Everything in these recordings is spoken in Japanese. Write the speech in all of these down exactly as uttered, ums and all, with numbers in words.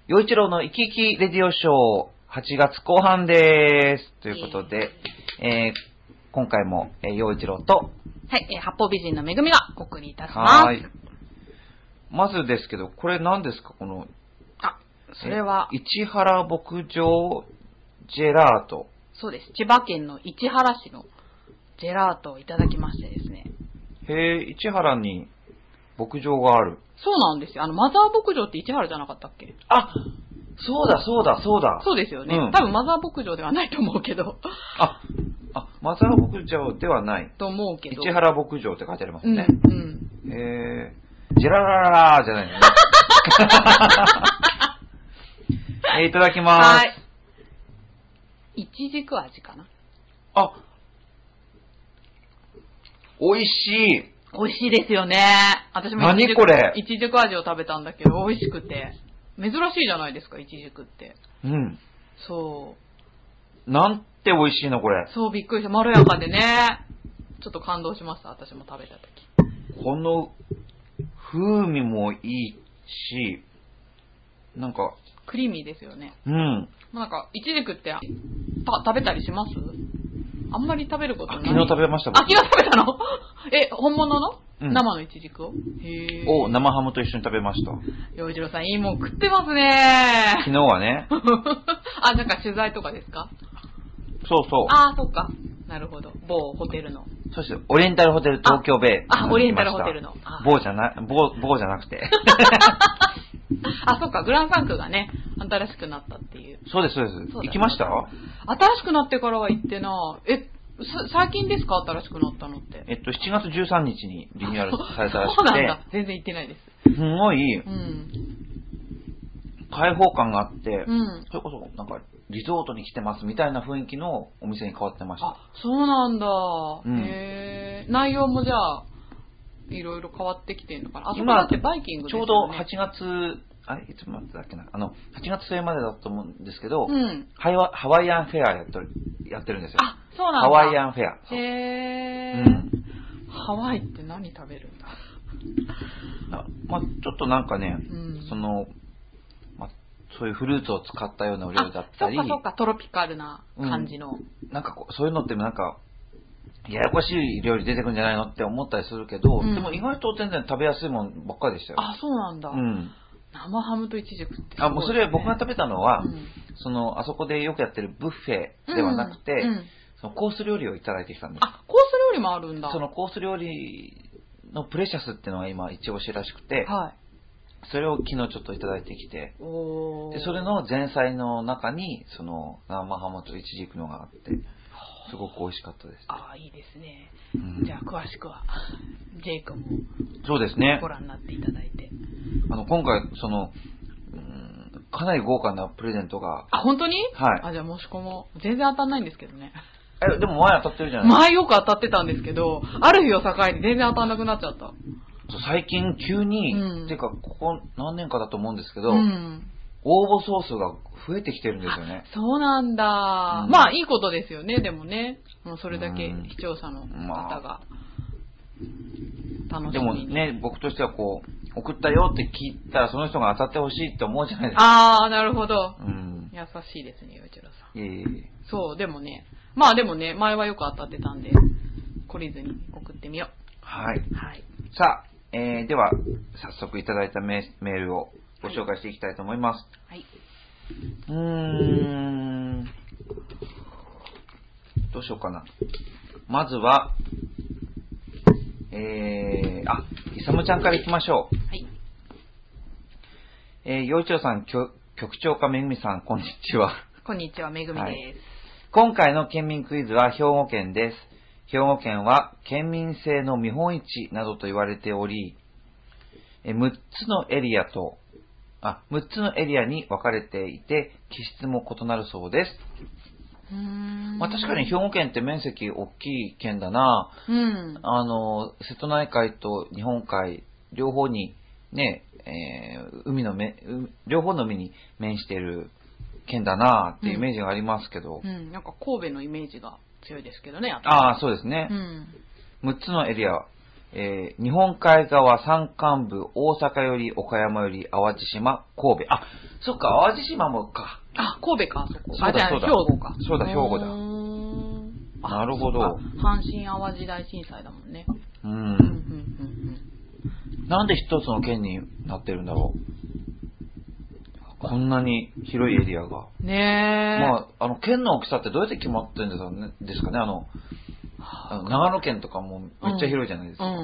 陽一郎の生き生きレディオショーはちがつこう半です。ということで、えー、今回も陽一郎と、 はい、えー、八方美人のめぐみがお送りいたします。はい。 まずですけど、これ何ですか、この、 あ、それは、 市原牧場ジェラート。 そうです。千葉県の市原市のジェラートをいただきましてですね。 へえ、市原に牧場がある。 そうなんですよ。あの、マザー牧場って市原じゃなかったっけ？ あ、そうだそうだそうだ。 そうですよね。うん、多分マザー牧場ではないと思うけど。 あ、あ、マザー牧場ではない。 と思うけど。 市原牧場って書いてありますね。 うん。うん、 へえ、ジェララララーじゃないのね。えー、いただきます。はい。 いちじく味かな。 あ、美味しい。 美味しいですよね。私も何これ？ いちじく味を食べたんだけど、美味しくて。珍しいじゃないですか、いちじくって。 うん。 そう。 なんて美味しいの、これ。 そう、びっくりした。まろやかでね。ちょっと感動しました、私も食べたとき。 この風味もいいし、なんか。 クリーミーですよね。 うん。 なんか、いちじくってた食べたりします？あんまり食べることない。 昨日食べました。 あ、昨日食べたの？え、本物の、うん、生のいちじくを？ へー。を生ハムと一緒に食べました。 陽一郎さん、いいもん食ってますね。 昨日はね。 あ、なんか取材とかですか？ そうそう。 ああ、そっか。なるほど。某ホテルの。 そして、オリエンタルホテル東京ベイ。 あ、あオリエンタルホテルの。 某じゃな、某、某じゃなくて。 あ、そっか。グランサンクがね、新しくなったっていう。 そうです、そうです。行きました？ 新しくなってからは行ってな。え、最近ですか？新しくなったのって。 えっと、しちがつじゅうさんにちにリニューアルされたらしくて。 そうなんだ。全然行ってないです。 すごい、うん、開放感があって、 うん、 それこそ、なんか、リゾートに来てますみたいな雰囲気のお店に変わってました。 あ、そうなんだ。 うん、 へー。内容もじゃあ、いろいろ変わってきてるのかな。あそこだってバイキングですよね。 ちょうどはちがつ、あれいつまでだっけな。あの、はちがつ末までだと思うんですけど、 うん、 ハワ、ハワイアンフェアやってる、やってるんですよ。 あ、そうなんだ。 ハワイアンフェア。 へー。うん、ハワイって何食べるんだ？ あ、まあ、ちょっとなんかね、 うん、その、まあ、そういうフルーツを使ったようなお料理だったり。 そっかそっか、トロピカルな感じの。 うん、なんかこう、そういうのってなんか、ややこしい料理出てくるんじゃないのって思ったりするけど、うん、でも意外と全然食べやすいもんばっかりでしたよ。 あ、そうなんだ。 うん。 生ハムとイチジクってすごいですね。 あ、もうそれ僕が食べたのは、 うん、 その、あそこでよくやってるブッフェではなくて、うんうん、そのコース料理をいただいてきたんです。 あ、コース料理もあるんだ。 そのコース料理のプレシャスっていうのが今一押しらしくて、 はい。 それを昨日ちょっといただいてきて、 おでそれの前菜の中に、その生ハムとイチジクのがあって、すごく美味しかったです。 ああ、いいですね。うん、じゃあ詳しくはジェイ君もそうですね。 ご覧になっていただいて。 あの今回その、うん、かなり豪華なプレゼントが。 あ、本当に？ はい。 あ、じゃあ申し込もう。全然当たんないんですけどね。 え、でも前当たってるじゃないですか。 前よく当たってたんですけど、ある日を境に全然当たんなくなっちゃった。 最近急に、 うん、 っていうかここ何年かだと思うんですけど、 うん、 応募総数が増えてきてるんですよね。 そうなんだ、うん。まあいいことですよね、でもね。もうそれだけ視聴者の方が楽しみに、まあ、 でもね、僕としてはこう、送ったよって聞いたらその人が当たってほしいって思うじゃないですか。 ああ、なるほど。 うん、 優しいですね、内郎さん。 いえいえ。 そう、でもね、まあでもね、前はよく当たってたんで、懲りずに送ってみよう。 はい。 はい。 さあ、えー、では、早速いただいたメールをご紹介していきたいと思います。 はい。 うーん。どうしようかな。まずは、えー、あ、イサムちゃんからいきましょう。 はい。 えー、陽一郎さん、局長かめぐみさん、こんにちは。 こんにちは、めぐみです、はい。 今回の県民クイズは兵庫県です。兵庫県は県民性の見本市などと言われており、むっつのエリアと、あ、むっつのエリアに分かれていて、気質も異なるそうです。 うーん、 まあ、確かに兵庫県って面積大きい県だな、 うん、 あの、瀬戸内海と日本海、両方にね、えー、海のめ、両方の海に面している県だなっていうイメージがありますけど、 うん、うん、なんか神戸のイメージが強いですけどね。 ああ、そうですね。 うん、 むっつのエリア、 えー、日本海側、山間部、大阪より、岡山より、淡路島、神戸。あ、そっか、淡路島もか。 あ、神戸か、そこ。 そうだ、 あ、じゃあそうだ。 兵庫か。 そうだ、兵庫だ。 うーんなるほど。 阪神淡路大震災だもんね。 うん。 うんうんうんうん、 なんで一つの県になってるんだろう。こんなに広いエリアが。 ねえ。 まあ、あの、県の大きさってどうやって決まってるんですかね、ですかねあの、あの長野県とかもめっちゃ広いじゃないですか。 うん、うん、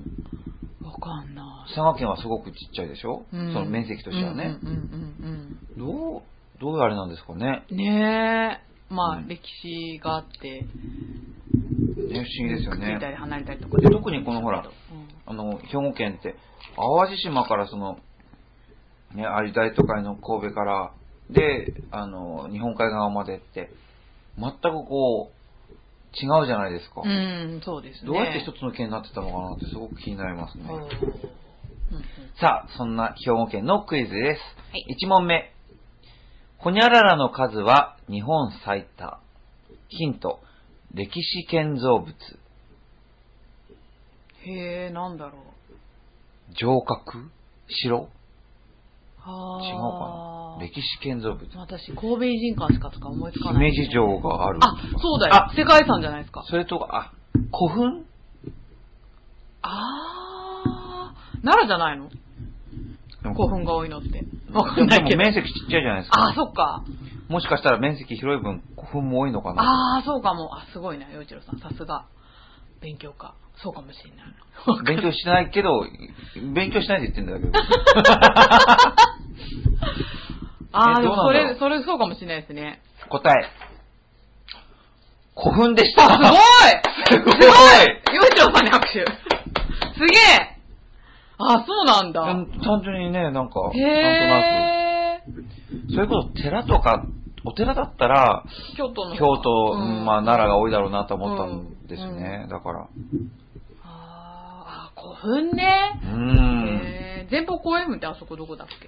うん。わかんない。 佐賀県はすごくちっちゃいでしょ、うん、その面積としてはね。 うんうんうんうん、 どう、どういうあれなんですかね。 ねえ。まあ、 うん、 歴史があって。 ね、不思議ですよね。 くっついたり離れたりとかで。特にこのほら、 うん、 あの、兵庫県って、淡路島からその、ね、有大都会の神戸から、で、あの、日本海側までって、全くこう、違うじゃないですか。 うん、そうですね。 どうやって一つの県になってたのかなってすごく気になりますね。 うんうん、 さあ、そんな兵庫県のクイズです。 はい、 いち問目。ホニャララの数は日本最多。ヒント、歴史建造物。 へえ、なんだろう。 城郭？城？ あ違うかな。歴史建造物。 私、神戸偉人館しかとか思いつかない、 姫路城がある。 あ、そうだよ。世界遺産じゃないですか。 それと、あ、古墳？ あー、奈良じゃないの？古墳が多いのって。わかんないけど。 でも面積ちっちゃいじゃないですか。 あ、そっか。 もしかしたら面積広い分、古墳も多いのかな。 あー、そうかも。あ、すごいな、洋一郎さん。さすが。勉強家。そうかもしれない。 勉強しないけど、勉強しないで言ってんだけど。 あー、でもそれ、それそうかもしれないですね。 答え。古墳でした。 あ、すごいすごい洋一郎さんに拍手。すげえあ、そうなんだ。 単純にね、なんか、なんとへなく。それこそ寺とか、お寺だったら、 京都の京都、 うん、 まあ奈良が多いだろうなと思ったんですね。うん、だから。 ああ、古墳ね。 うん。 へ前方後円墳ってあそこどこだっけ？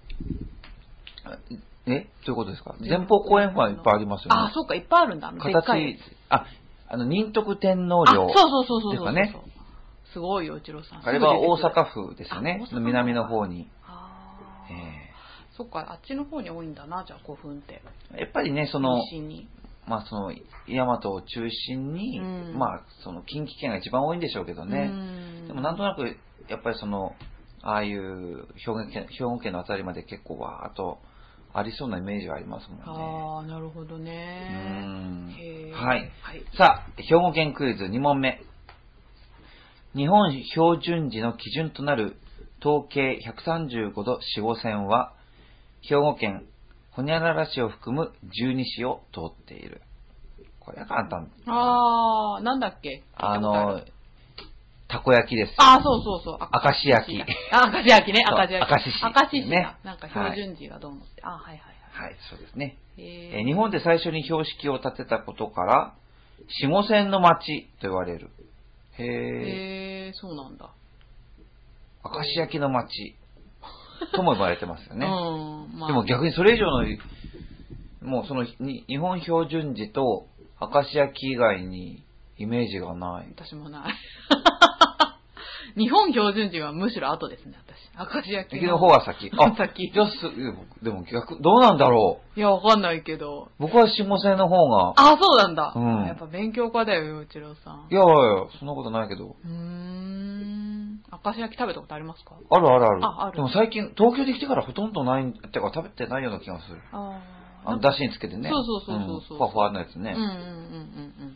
えどういうことですか？前方後円墳はいっぱいありますよね。 あ、そっか、いっぱいあるんだ。 形、あ、あの、仁徳天皇陵。 そうそうそうそうそう。 ね。 すごいよ、一郎さん。 あれは大阪府ですよね。南の方に。 ああ。 えー、そっか、あっちの方に多いんだな、じゃあ古墳って。 やっぱりね、その、 にまあその、大和を中心に、うん、まあその近畿圏が一番多いんでしょうけどね。でもなんとなく、やっぱりその、ああいう兵庫県、兵庫県のあたりまで結構わーっとありそうなイメージがありますもんね。 ああ、なるほどね。 うんへはい。 はい。 さあ、兵庫県クイズに問目。日本標準時の基準となる統計ひゃくさんじゅうごど四五線は、兵庫県ホニャララ市を含むじゅうに市を通っている。これは簡単。 あー、なんだっけあの、たこ焼きです。 あー、そうそうそう。 明石焼き。 あ、明石焼きね。明石焼き。 明石市。 明石市ね。 なんか標準時がどうのって。はい、あ、はいはいはい。はい、そうですね。 えー、日本で最初に標識を立てたことから、四五線の町と言われる。へー。 へー、そうなんだ。 明石焼きの町とも呼ばれてますよね。 うんまあ、 でも逆にそれ以上の、もうその日本標準時と明石焼き以外にイメージがない。 私もない。日本標準時はむしろ後ですね、私。明石焼きの方は先。あ、 先。 じゃあす、でも逆、どうなんだろう。いや、わかんないけど。 僕は下線の方が。 あ、そうなんだ。 うん。 やっぱ勉強家だよ、洋一郎さん。 いやいやいや、そんなことないけど。 うーん。明石焼き食べたことありますか？ あるあるある。 あ、ある。 でも最近、東京で来てからほとんどない、ってか食べてないような気がする。ああ。あの、だしにつけてね。 そうそうそうそうそう。 ふわふわのやつね。 うんうんうんうんうん。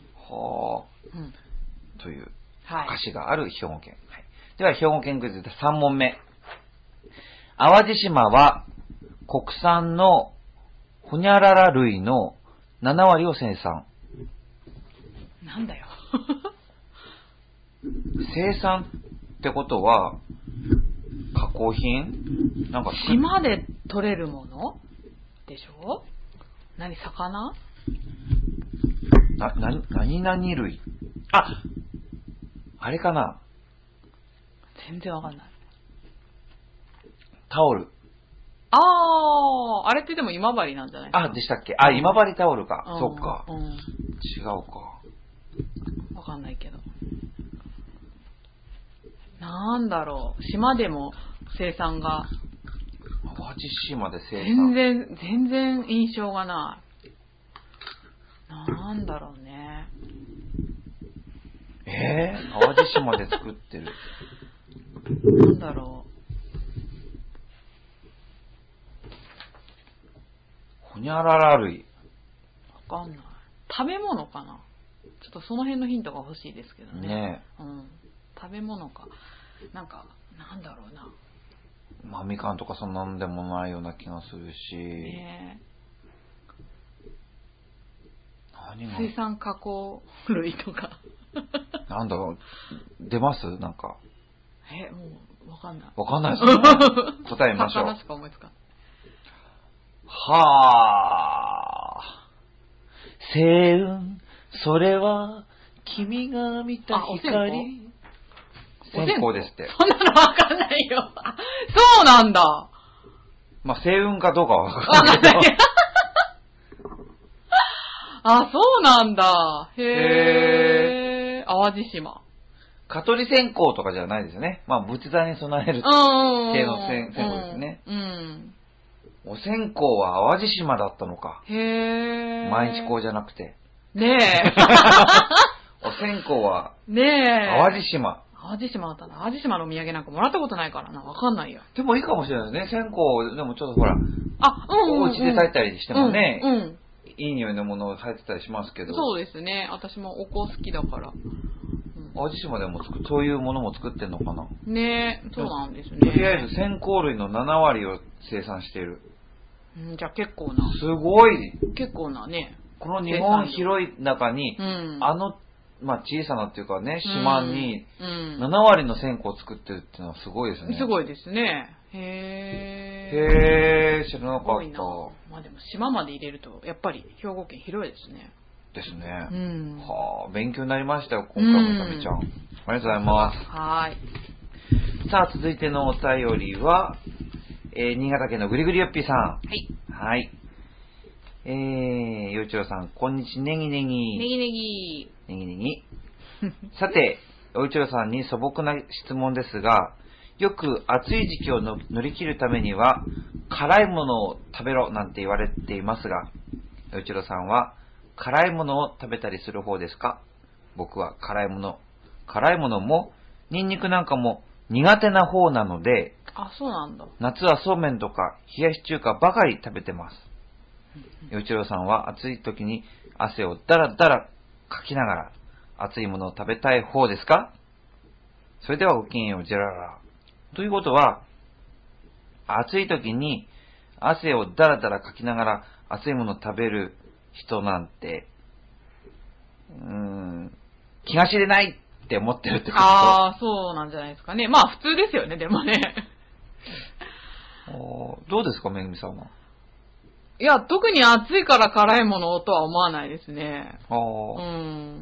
はあ。 うん。 という、 はい。 歌詞がある兵庫県。はい。では、兵庫県クイズでさん問目。淡路島は国産のホニャララ類のなな割を生産。 なんだよ。 生産ってことは、加工品なんか島で取れるものでしょ？何、魚？ な、な、何々類。あ、あれかな。 全然わかんない。 タオル。 あー、あれってでも今治なんじゃないですか？ あ、でしたっけ？あ、今治タオルか。 うん、 そっか、 うん。 違うか。 わかんないけど。 なんだろう。島でも生産が。 淡路島で生全産。 然、全然印象がない。なんだろうね。 えー、淡路島で作ってる。 なんだろう。ほにゃらら類。 わかんない。食べ物かな。ちょっとその辺のヒントが欲しいですけどね。 ねえ。うん。食べ物か。なんか、なんだろうな。 まあ、みかんとかそんなんでもないような気がするし。 ね何が水産加工類とか。 なんだろう。出ますなんか。 え、もう、わかんない。 わかんないですね。答え見ましょう。 魚しか思いつかん。 はあ。星雲、それは君が見た光。 お線香ですって。 そんなのわかんないよ。そうなんだ。 まあ、星雲かどうかはわかんないけど。 あ、そうなんだ。へー。淡路島。 蚊取り線香とかじゃないですよね。まあ、仏壇に備える系の線香ですね。 うん。うん。 お線香は淡路島だったのか。 へー。 毎日香じゃなくて。 ねえ。 お線香は、 ねえ。 淡路島。 淡路島だったな。淡路島のお土産なんかもらったことないからな。わかんないよ。 でもいいかもしれないですね。線香、でもちょっとほら、 あ、うんうん、うん。 お家で炊いたりしてもね、 うん、うんいい匂いのものを入ってたりしますけど。 そうですね。私もお香好きだから。 淡路島でもつく、そういうものも作ってんのかな。 ねえ、そうなんですね。 とりあえず線香類のなな割を生産している。 うん、じゃあ結構な。 すごい。 結構なね。 この日本広い中に、 うん、 あの、まあ小さなっていうかね、島にななうん、 割の線香を作ってるっていうのはすごいですね。 すごいですね。へー。へー、知らなかった。 まあでも島まで入れると、やっぱり兵庫県広いですね。 ですね。 うん、 はあ、勉強になりましたよ、今回もためちゃん。ありがとうございます。 はい。 さあ、続いてのお便りは、えー、新潟県のぐりぐりよっぴーさん。 はい。 はい。えー、よいちろうさん、こんにちねぎねぎ。 ねぎねぎ。 ねぎねぎ。さて、よいちろうさんに素朴な質問ですが、よく暑い時期をの乗り切るためには、辛いものを食べろなんて言われていますが、よいちろうさんは、辛いものを食べたりする方ですか？僕は辛いもの、辛いものも、ニンニクなんかも苦手な方なので、 あ、そうなんだ。 夏はそうめんとか冷やし中華ばかり食べてます。よいちろうさんは暑い時に汗をダラダラかきながら熱いものを食べたい方ですか？それではごきげんよう、ジェララ。ということは、暑い時に汗をダラダラかきながら熱いものを食べる人なんて、うーん、気が知れないって思ってるってこと。 ああ、そうなんじゃないですかね。まあ普通ですよね、でもね。 どうですか、めぐみさんは。 いや、特に暑いから辛いものとは思わないですね。 あ、 うん。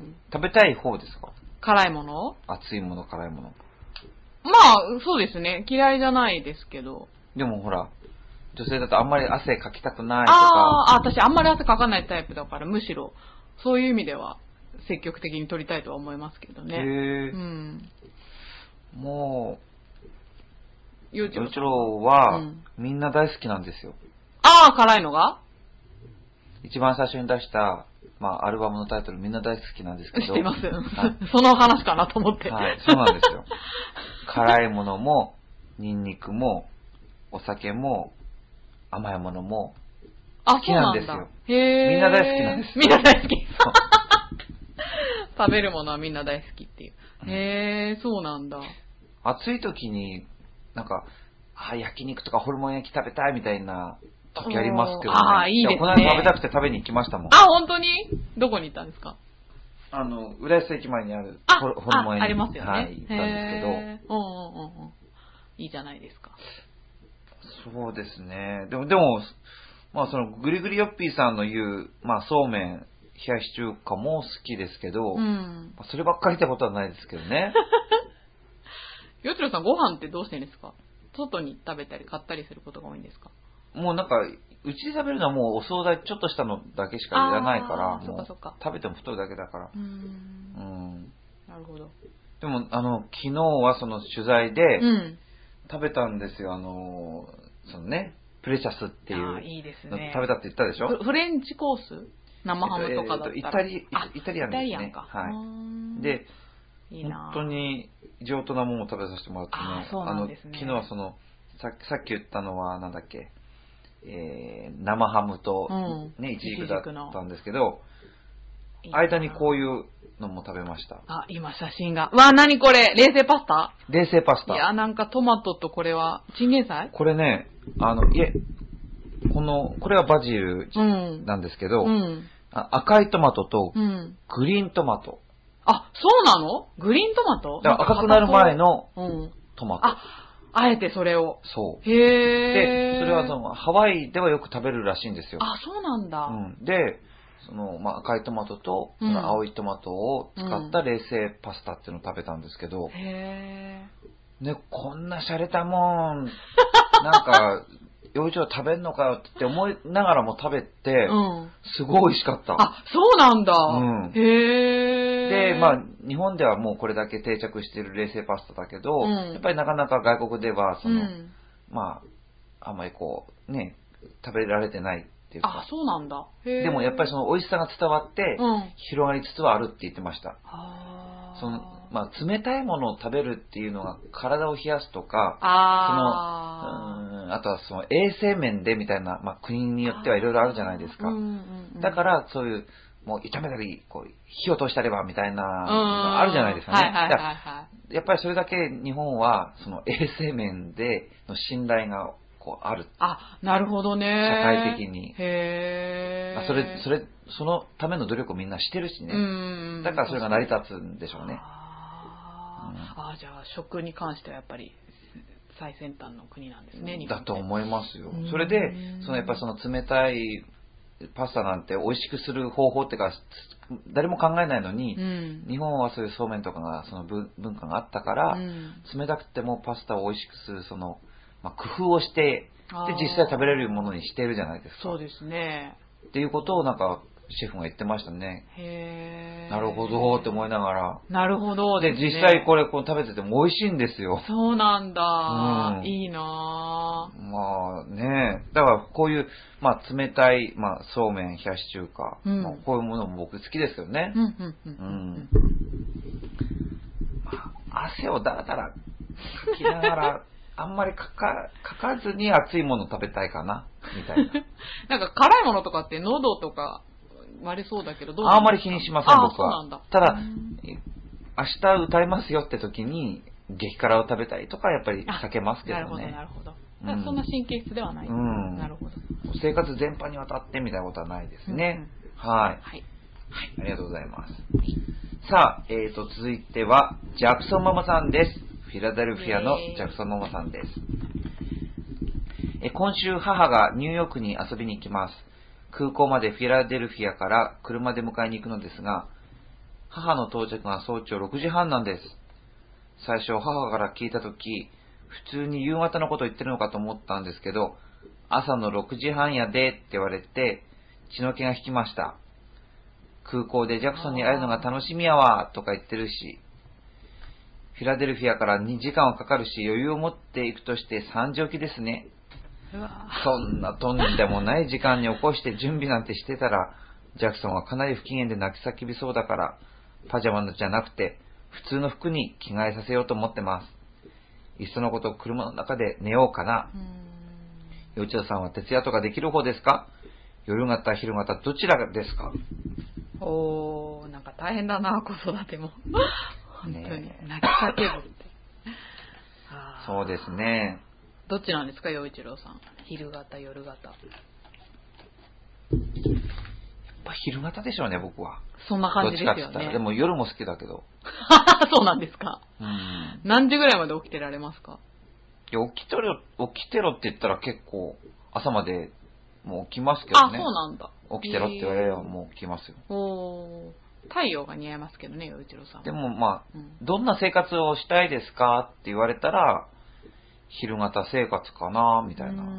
食べたい方ですか？ 辛いもの？ 熱いもの、辛いもの。 まあ、そうですね。嫌いじゃないですけど。 でもほら、女性だとあんまり汗かきたくないとか。 ああ、私あんまり汗かかないタイプだから、むしろ、そういう意味では積極的に取りたいとは思いますけどね。 へー。 うん。 もう、 よいちろうは、 うん、 みんな大好きなんですよ。 ああ、辛いのが？ 一番最初に出した、まあ、アルバムのタイトルみんな大好きなんですけど。 知ってます。 はい、 その話かなと思って。 はい、そうなんですよ。辛いものも、ニンニクも、お酒も、甘いものも、好きなんですよ。 へー。 みんな大好きなんです。 みんな大好き。食べるものはみんな大好きっていう。へー、そうなんだ。 暑い時に、なんか、あ、焼肉とかホルモン焼き食べたいみたいな時ありますけどね。 ああ、いいですね。 この間食べたくて食べに行きましたもん。 あ、本当に？どこに行ったんですか？ あの、浦安駅前にあるホルモン焼き。 あ、ありますよね。 はい、行ったんですけど。うんうんうんうん。いいじゃないですか。 そうですね。でも、でも、まあその、ぐりぐりよっぴーさんの言う、まあそうめん、冷やし中華も好きですけど、 うん、 そればっかりってことはないですけどね。 よちろさん、ご飯ってどうしてるんですか？外に食べたり買ったりすることが多いんですか？ もうなんか、うちで食べるのはもうお惣菜ちょっとしたのだけしかいらないから、もう食べても太るだけだから。 うーん。 うん。 なるほど。 でも、あの、昨日はその取材で、 うん。 食べたんですよ、あの、そのね、プレシャスっていう。 あ、いいですね。 食べたって言ったでしょ。 フレンチコース生ハムとかだったら。 えっと、イタリ、イタリアンですね。 イタリアンか。 はい。で、いいな本当に上等なものを食べさせてもらってね。 あ、そうなんですね。 あの、昨日はその、ささっき言ったのは、なんだっけ、えー、生ハムと、ね、イチジクだったんですけど、間にこういうのも食べました。 あ、今写真が。わ、なにこれ冷製パスタ冷製パスタ。 いや、なんかトマトとこれは、チンゲン菜これね、あの、いえ、この、これはバジルなんですけど、うん、赤いトマトとグリーントマト。うん、 あ、そうなの？グリーントマト？ だから赤くなる前のトマト。うん、 あ、あえてそれを。 そう。 へー。 で、それはそのハワイではよく食べるらしいんですよ。 あ、そうなんだ。 うん、で、その、まあ、赤いトマトと、その青いトマトを使った冷製パスタっていうのを食べたんですけど、うん、 へー。ね、こんな洒落たもん、なんか、洋一郎食べんのかよって思いながらも食べて、うん、すごい美味しかった。 あ、そうなんだ。 うん、 へで、まあ、日本ではもうこれだけ定着している冷製パスタだけど、うん、やっぱりなかなか外国では、その、うん、まあ、あんまりこう、ね、食べられてないっていうか。 あ、そうなんだ。 へでもやっぱりその美味しさが伝わって、うん、広がりつつはあるって言ってました。そのまあ、冷たいものを食べるっていうのが体を冷やすとか、 あそのうんあとはその衛生面でみたいな、まあ、国によってはいろいろあるじゃないですか。うんうんうん、だからそういうもう炒めたりこう火を通したればみたいなのがあるじゃないですかね。やっぱりそれだけ日本はその衛生面での信頼がこうある。 あ、なるほどね。 社会的に。 へー。 それそれそのための努力をみんなしてるしね。うんだからそれが成り立つんでしょうね。 ああ、じゃあ食に関してはやっぱり最先端の国なんですね。 だと思いますよ。それでそのやっぱりその冷たいパスタなんて美味しくする方法っていうか誰も考えないのに、うん、日本はそういうそうめんとかがその文化があったから、うん、冷たくてもパスタを美味しくするその、まあ、工夫をしてで実際食べれるものにしてるじゃないですか。 そうですね。 っていうことをなんかシェフが言ってましたね。 へー。 なるほどって思いながら。 なるほどで、ね、実際これこう食べてても美味しいんですよ。 そうなんだ。うん、いいなぁ。 まあね、だからこういう、まあ冷たい、まあそうめん、冷やし中華、うんまあ、こういうものも僕好きですよね。うんうんうんうん。まあ、汗をだらだらかきながら、あんまりかか、かかずに熱いもの食べたいかな、みたいな。なんか辛いものとかって喉とか割れそうだけど、どうあんまり気にしません、僕は。 そうなんだ。 ただ、明日歌いますよって時に、激辛を食べたりとかやっぱり避けますけどね。なるほど、 なるほど。うん、そんな神経質ではない。うん。なるほど。 生活全般にわたってみたいなことはないですね。うんうん、はい。はい。はい。ありがとうございます。さあ、えーと、続いては、ジャクソンママさんです。フィラデルフィアのジャクソンママさんです。え今週母がニューヨークに遊びに行きます。空港までフィラデルフィアから車で迎えに行くのですが、母の到着が早朝ろくじはんなんです。最初母から聞いたとき、普通に夕方のことを言ってるのかと思ったんですけど、朝のろくじはんやでって言われて、血の気が引きました。空港でジャクソンに会えるのが楽しみやわとか言ってるし、フィラデルフィアからにじかんはかかるし、余裕を持っていくとしてさんじ起きですね。そんなとんでもない時間に起こして準備なんてしてたら、ジャクソンはかなり不機嫌で泣き叫びそうだから、パジャマじゃなくて普通の服に着替えさせようと思ってます。いっそのこと車の中で寝ようかな。よいちろさんは徹夜とかできる方ですか？夜型、昼型、どちらですか？ おー、なんか大変だな、子育ても。本当に、泣き叫ぶって。 そうですね。 どっちなんですか、陽一郎さん。昼型、夜型。やっぱ昼型でしょうね、僕は。 そんな感じですよね。どっちかって言ったら。 でも夜も好きだけど。 そうなんですか。うん。何時ぐらいまで起きてられますか？ いや、起きてろ、起きてろって言ったら結構朝までもう起きますけどね。 あ、そうなんだ。 起きてろって言われればもう起きますよ。 おー。太陽が似合いますけどね、陽一郎さん。 でもまあ、うん、どんな生活をしたいですかって言われたら、昼型生活かなみたいな。うーん、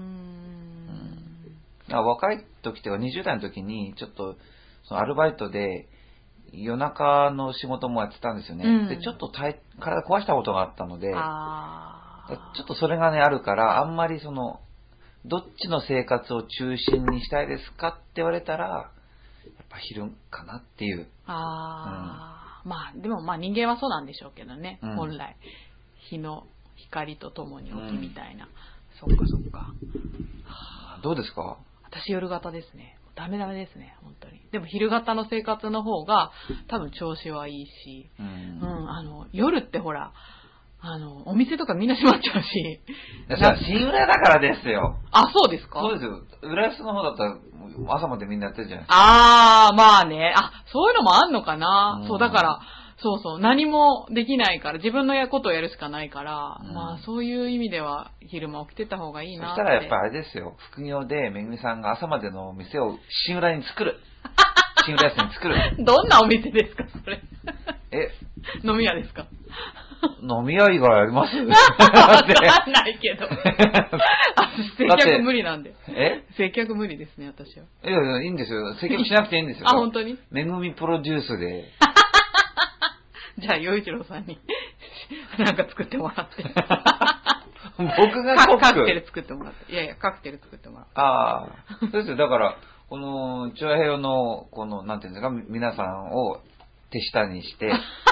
うん、若い時とかにじゅう代の時にちょっとそのアルバイトで夜中の仕事もやってたんですよね。うん、で、ちょっと体体壊したことがあったので、あちょっとそれがね、あるから、あんまりその、どっちの生活を中心にしたいですかって言われたら、やっぱ昼かなっていう。 ああ、うん、まあ、でもまあ人間はそうなんでしょうけどね、うん、本来。日の光とともに起きみたいな。うん、そっかそっか。 どうですか？ 私夜型ですね。ダメダメですね、本当に。でも昼型の生活の方が多分調子はいいし、うん、うん、あの、夜ってほら、あの、お店とかみんな閉まっちゃうし。 新浦だからですよ。 あ、そうですか？ そうですよ。浦安の方だったら朝までみんなやってるじゃないですか。あー、まあね。あ、そういうのもあんのかな、うん、そう、だから、そうそう、何もできないから、自分のやることをやるしかないから、うん、まあそういう意味では昼間起きてた方がいいなって。 そしたらやっぱあれですよ、副業でめぐみさんが朝までのお店を新浦に作る。新浦安に作る。 どんなお店ですか、それ。 え飲み屋ですか？ 飲み屋以外あります？ わかんないけど。接客無理なんで。 え接客無理ですね、私は。 いやいや、いいんですよ。接客しなくていいんですよ。 あ、本当に？ めぐみプロデュースで。 じゃあ、洋一郎さんに、なんか作ってもらって。 僕がコックカクテル作ってもらって。いやいや、カクテル作ってもらって。 ああ。そうですよ。だから、この、チョアヘヨの、この、なんていうんですか、皆さんを手下にして、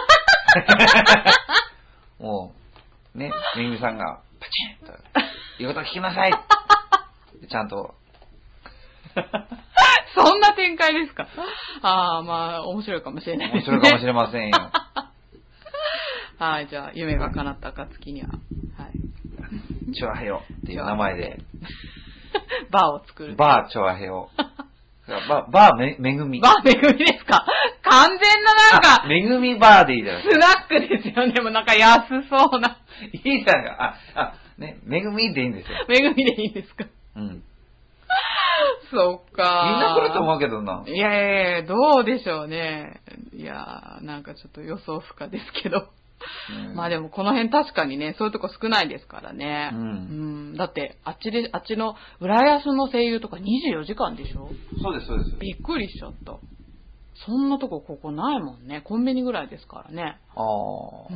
もう、ね、めぐみさんが、パチンと、言うこと聞きなさいちゃんと。 そんな展開ですか？ああ、まあ、面白いかもしれないですね。 面白いかもしれませんよ。 はい、じゃあ、夢が叶った暁には、はい。 チョアヘヨっていう名前で。 バーを作る。 バーチョアヘヨ。バー、バーめ、めぐみ。 バーめぐみですか？完全ななんか。 めぐみバーでいいじゃないですか。スナックですよね。もうなんか安そうな。 いいじゃないか。あ、あ、ね、めぐみでいいんですよ。 めぐみでいいんですか？うん。そっか。 みんな来ると思うけどな。 いやいやいや、どうでしょうね。いやー、なんかちょっと予想不可ですけど。うん、まあでもこの辺確かにね、そういうとこ少ないですからね。うん。うん、だって、あっちで、あっちの浦安の声優とかにじゅうよじかんでしょ？ そうです、そうです。 びっくりしちゃった。そんなとこここないもんね。コンビニぐらいですからね。ああ。うん。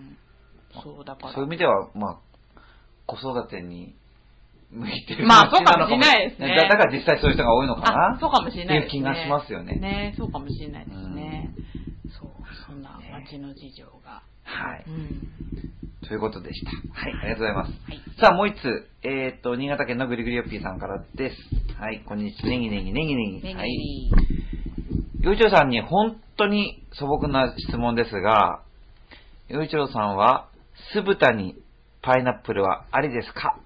そうだから。 そういう意味では、まあ、子育てに向いてる。 まあ、そうかもしれないですね。 だから実際そういう人が多いのかな。 あ、そうかもしれないですね。 っていう気がしますよね。 ね、そうかもしれないですね。そう、そんな街の事情が。 はい、 うん。 ということでした。はい、ありがとうございます。はい、さあ、もう一つ。えっと、新潟県のぐりぐりよっぴーさんからです。はい、こんにちは。ネギネギネギネギ。 ネギはい。洋一郎さんに本当に素朴な質問ですが、洋一郎さんは酢豚にパイナップルはありですか？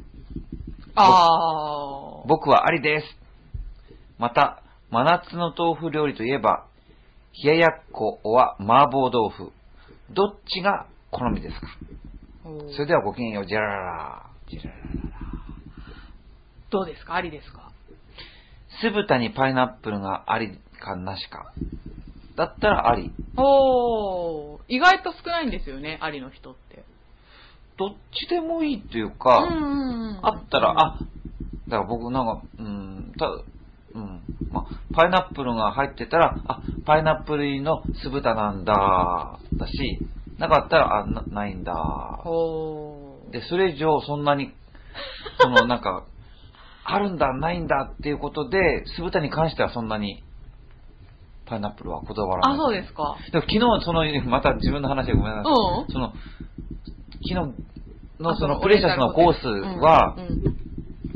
ああ。 僕はありです。また、真夏の豆腐料理といえば、冷ややっこは麻婆豆腐。どっちが好みですか？それではごきげんよう、ジェラララ。ジェララララ。 どうですか？ありですか？ 酢豚にパイナップルがありかなしか。だったらあり。 おー、意外と少ないんですよね、ありの人って。 どっちでもいいっていうか、うんうんうん、あったら、あ、だから僕なんか、うん、た、うん、まあ、パイナップルが入ってたら、あ、パイナップル入りの酢豚なんだ、だし、なかったら、あ、な、ないんだ。 おー。 で、それ以上そんなに、そのなんか、あるんだ、ないんだっていうことで、酢豚に関してはそんなに、パイナップルはこだわらない。 あ、そうですか。 でも昨日、その、また自分の話でごめんなさい。 うん、 その、昨日のそのプレシャスのコースは、うんうん、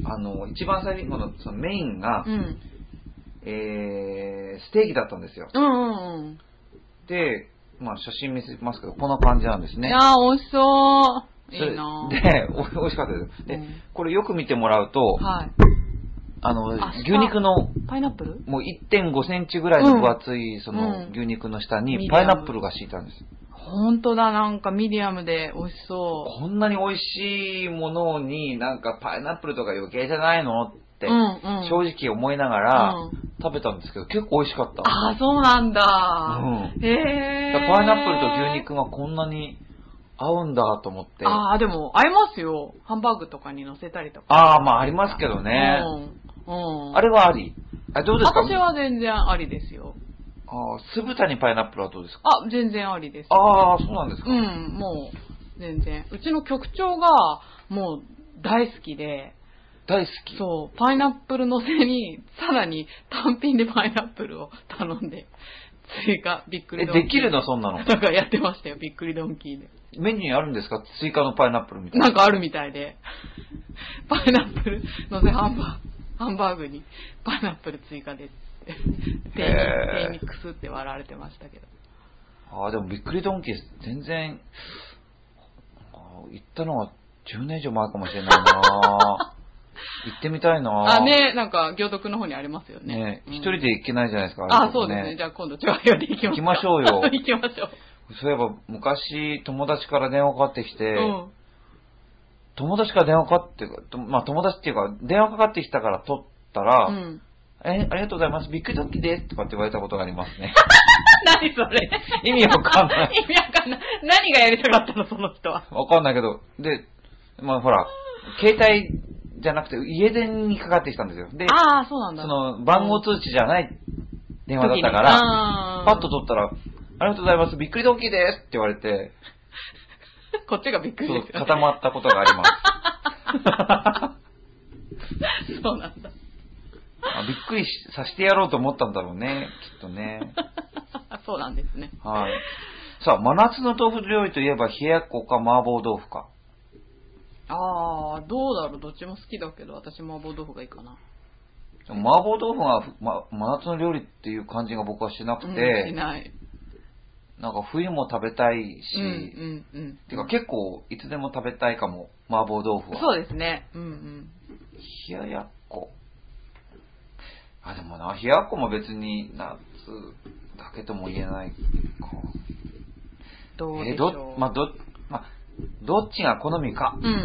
あの、一番最初のそのメインが、うん、えー、ステーキだったんですよ。 うんうんうん、 で、まあ写真見せますけど、こんな感じなんですね。 いやー、美味しそう。いいなで、お美味しかったです。で、うん、これよく見てもらうと、はい、あの、牛肉の、 パイナップルもう いってんごセンチぐらいの分厚い、その牛肉の下にパイナップルが敷いたんです。 ほんとだ、なんかミディアムで美味しそう。 こんなに美味しいものになんかパイナップルとか余計じゃないのって、正直思いながら食べたんですけど、結構美味しかった。 ああ、そうなんだ。 うん、へー。パイナップルと牛肉がこんなに合うんだと思って。 ああ、でも合いますよ。ハンバーグとかに乗せたりとか。 ああ、まあありますけどね。うん。うん、あれはあり。あ、どうですか？ 私は全然ありですよ。 ああ、酢豚にパイナップルはどうですか？ あ、全然ありです、ね。 ああ、そうなんですか。 うん、もう、全然。うちの局長が、もう、大好きで。 大好き？ そう、パイナップルのせに、さらに単品でパイナップルを頼んで、追加、びっくりドンキー。 え、できるのそんなの？ なんかやってましたよ、びっくりドンキーで。 メニューにあるんですか？追加のパイナップルみたいな。 なんかあるみたいで。パイナップルのせハンバーグ、ハンバーグにパイナップル追加ですって。店員にクスって笑われてましたけど。 ああ、でもびっくりドンキー全然、行ったのはじゅうねん以上前かもしれないな行ってみたいなあ、ね、なんか、行徳の方にありますよね。 ね、 うん、 一人で行けないじゃないですか。 あ、そうですね。じゃあ今度、チョアヨで行きましょう。 行きましょうよ。 行きましょう。 そういえば、昔、友達から電話かかってきて、 うん、 友達から電話かかって、まあ友達っていうか、電話かかってきたから取ったら、 うん、 え、ありがとうございます。びっくりドンキーですとかって言われたことがありますね。 何それ意味わかんない。 意味わかんない。何がやりたかったの、その人は。 わかんないけど、で、まあほら、携帯じゃなくて家電にかかってきたんですよ。で、 ああ、そうなんだ。 その番号通知じゃない電話だったから、パッと取ったら、ありがとうございます。びっくりドンキーですって言われて、 こっちがびっくりですよ、ね。 そう、固まったことがあります。 そうなんだ。 あ、びっくりさせてやろうと思ったんだろうね、きっとね。 そうなんですね。 はい。さあ、真夏の豆腐料理といえば、冷やっこか麻婆豆腐か。 ああ、どうだろう。どっちも好きだけど、私麻婆豆腐がいいかな。 麻婆豆腐は、ま、真夏の料理っていう感じが僕はしなくて、 うん、しない。 なんか冬も食べたいし、 うんうんうん、 てか結構いつでも食べたいかも、麻婆豆腐は。 そうですね。うんうん。 冷やっこ。あ、でもな、冷やっこも別に夏だけとも言えないか。 どうでしょう。 えー、ど、まあ、ど、まあ、どっちが好みか。 うんうんうん。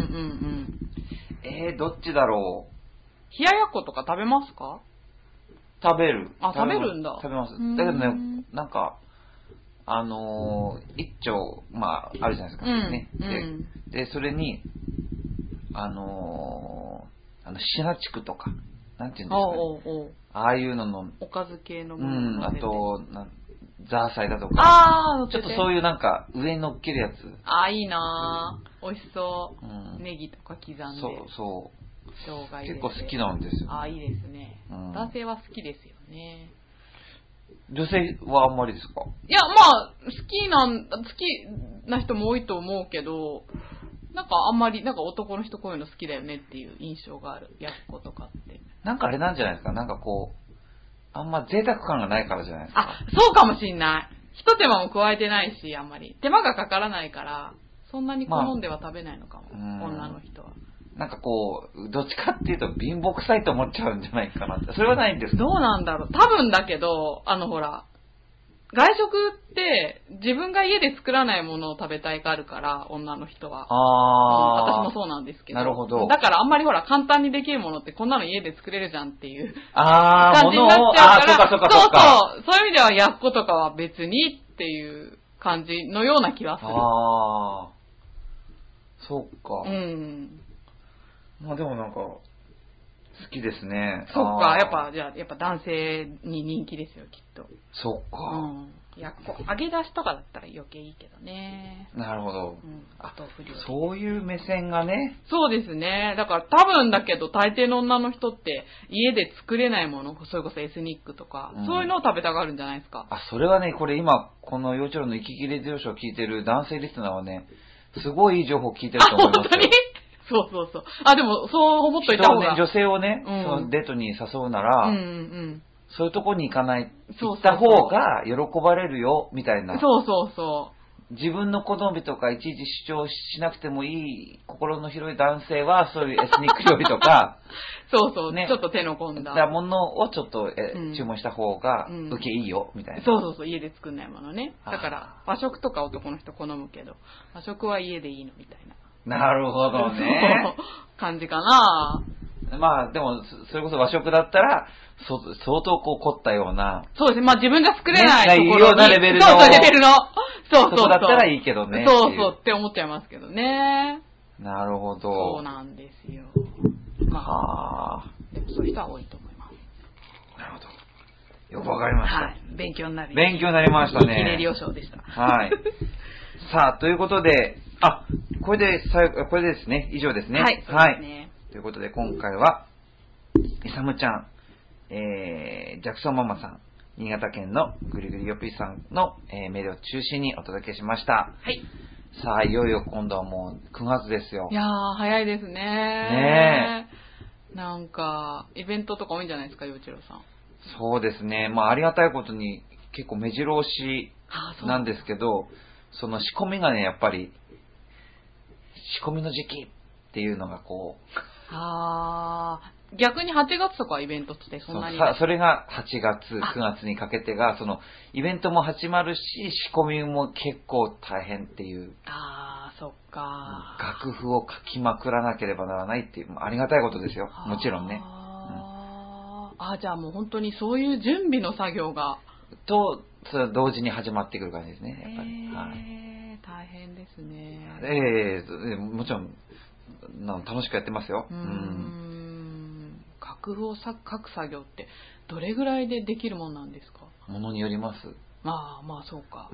えー、どっちだろう。 冷ややっことか食べますか？ 食べる。 あ、食べるんだ。 食べます。だけどね、なんか、あのー、一丁、まあ、あるじゃないですか。 うんね。で、うん、で、それに、あのー、あの、シナチクとか、なんていうんですかね。おうおうおう、ああいうのの、 おかず系のもの。うん、あと、なザーサイだとか。 ああ、 ちょっとそういうなんか、上に乗っけるやつ。 ああ、いいなぁ。美味しそう。うん、ネギとか刻んで。 そう、そう。 生姜入れて。 結構好きなんですよ。 ああ、いいですね、うん。男性は好きですよね。 女性はあんまりですか？ いや、まあ、好きなん、好きな人も多いと思うけど、なんかあんまり、なんか男の人こういうの好きだよねっていう印象がある。やっことかって。 なんかあれなんじゃないですか？なんかこう、あんま贅沢感がないからじゃないですか。 あ、そうかもしんない。一手間も加えてないし、あんまり。手間がかからないから、そんなに好んでは食べないのかも。まあ、女の人は。 なんかこう、どっちかっていうと貧乏臭いと思っちゃうんじゃないかなって。それはないんですか？ どうなんだろう。多分だけど、あのほら、外食って自分が家で作らないものを食べたいがあるから、女の人は。ああ、うん、私もそうなんですけど。 なるほど。 だからあんまりほら、簡単にできるものってこんなの家で作れるじゃんっていうあ感じになっちゃうから。 あ、そうかそうかそうか。 そうそう。そういう意味ではやっことかは別にっていう感じのような気がする。 ああ、そうか。 うん。 まあでもなんか、好きですね。 そっか、やっぱ、じゃあ、やっぱ男性に人気ですよ、きっと。 そっか。 うん。いや、こう、揚げ出しとかだったら余計いいけどね。 なるほど。 うん。あと、不良。 そういう目線がね。 そうですね。だから多分だけど、大抵の女の人って家で作れないもの、それこそエスニックとか、うん、そういうのを食べたがるんじゃないですか。 あ、それはね、これ今、この幼稚園の息切れ上昇を聞いてる男性リスナーはね、すごいいい情報を聞いてると思いますよ。 あ、本当に？そうそうそう。あ、でも、そう思っといた方が。 ね、女性をね、うん、そのデートに誘うなら、うんうん、そういうとこに行かない、行った方が喜ばれるよ、みたいな。 そうそうそう。 自分の好みとかいちいち主張しなくてもいい心の広い男性は、そういうエスニック料理とか、 そうそう、ね、ちょっと手の込んだ。 だものをちょっとえ、うん、注文した方が受けいいよ、みたいな。 そうそうそう、家で作んないものね。だから、和食とか男の人好むけど、和食は家でいいのみたいな。 なるほどね。 感じかな。 まあでも、それこそ和食だったら、そ相当こう凝ったような。 そうですね。まあ自分が作れないところに。 ね、ようなレベルの。 そうそう、レベルの。そうそうそう。 そこだったらいいけどね。 そうそうって思っちゃいますけどね。 なるほど。 そうなんですよ。まあ、でもそういう人は多いと思います。 なるほど。 よくわかりました。 はい。勉強になり勉強になりましたね。 いいレディオショーでした。 はい。さあ、ということで、あ、これで、最後、これでですね、以上ですね。 はい。そうですね。 はい。ということで、今回は、イサムちゃん、えー、ジャクソンママさん、新潟県のぐりぐりよっぴーさんの、えー、メールを中心にお届けしました。 はい。 さあ、いよいよ今度はもうくがつですよ。 いやー、早いですね。 ねえ。なんか、イベントとか多いんじゃないですか、陽一郎さん。 そうですね。まあ、ありがたいことに結構目白押しなんですけど、その仕込みがね、やっぱり、仕込みの時期っていうのがこう。 あー、逆にはちがつとかイベントってそんなに。 そ, それがはちがつ、くがつにかけてが、そのイベントも始まるし、仕込みも結構大変っていう。 あー、そっか。 楽譜を書きまくらなければならないっていう、ありがたいことですよ。もちろんね。 あー、うん、あ、じゃあもう本当にそういう準備の作業が。 と、それ同時に始まってくる感じですね、やっぱり。 えー、 はい、 大変ですね。 ええー、もちろん、楽しくやってますよ。 うーん。うん楽譜を書く作業ってどれぐらいでできるもんなんですか？ ものによります。 まあまあそうか。 うん。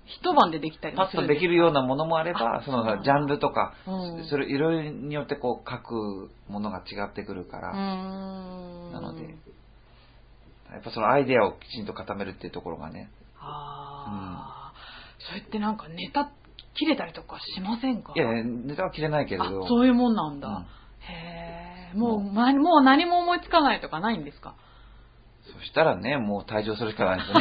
一晩でできたりもするんですか？ パッとできるようなものもあれば、そのジャンルとか、 うん、 それいろいろによってこう書くものが違ってくるから。 うーんなので、やっぱそのアイデアをきちんと固めるっていうところがね。 ああ、うん、それってなんかネタ切れたりとかしませんか？ いや、ネタは切れないけれど。 そういうもんなんだ。うん、へえ、もう、ま、もう何も思いつかないとかないんですか？ そしたらね、もう退場するしかないですよね。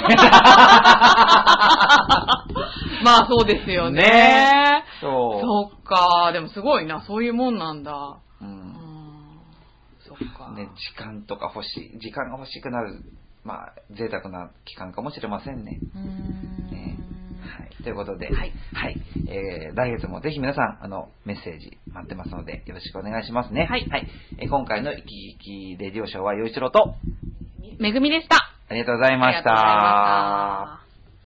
まあそうですよね。 ね、そう。 そっか。でもすごいな。そういうもんなんだ。 うん。うん、 そっか。 ね、時間とか欲しい、時間が欲しくなる、まあ、贅沢な期間かもしれませんね。 うーんね、はい。ということで、 はい。 はい。えー、来月もぜひ皆さん、あの、メッセージ待ってますので、よろしくお願いしますね。 はい。 はい。えー、今回の生き生きレディオショーは、陽一郎と、 めぐみでした。 ありがとうございました。 ありがとうございました。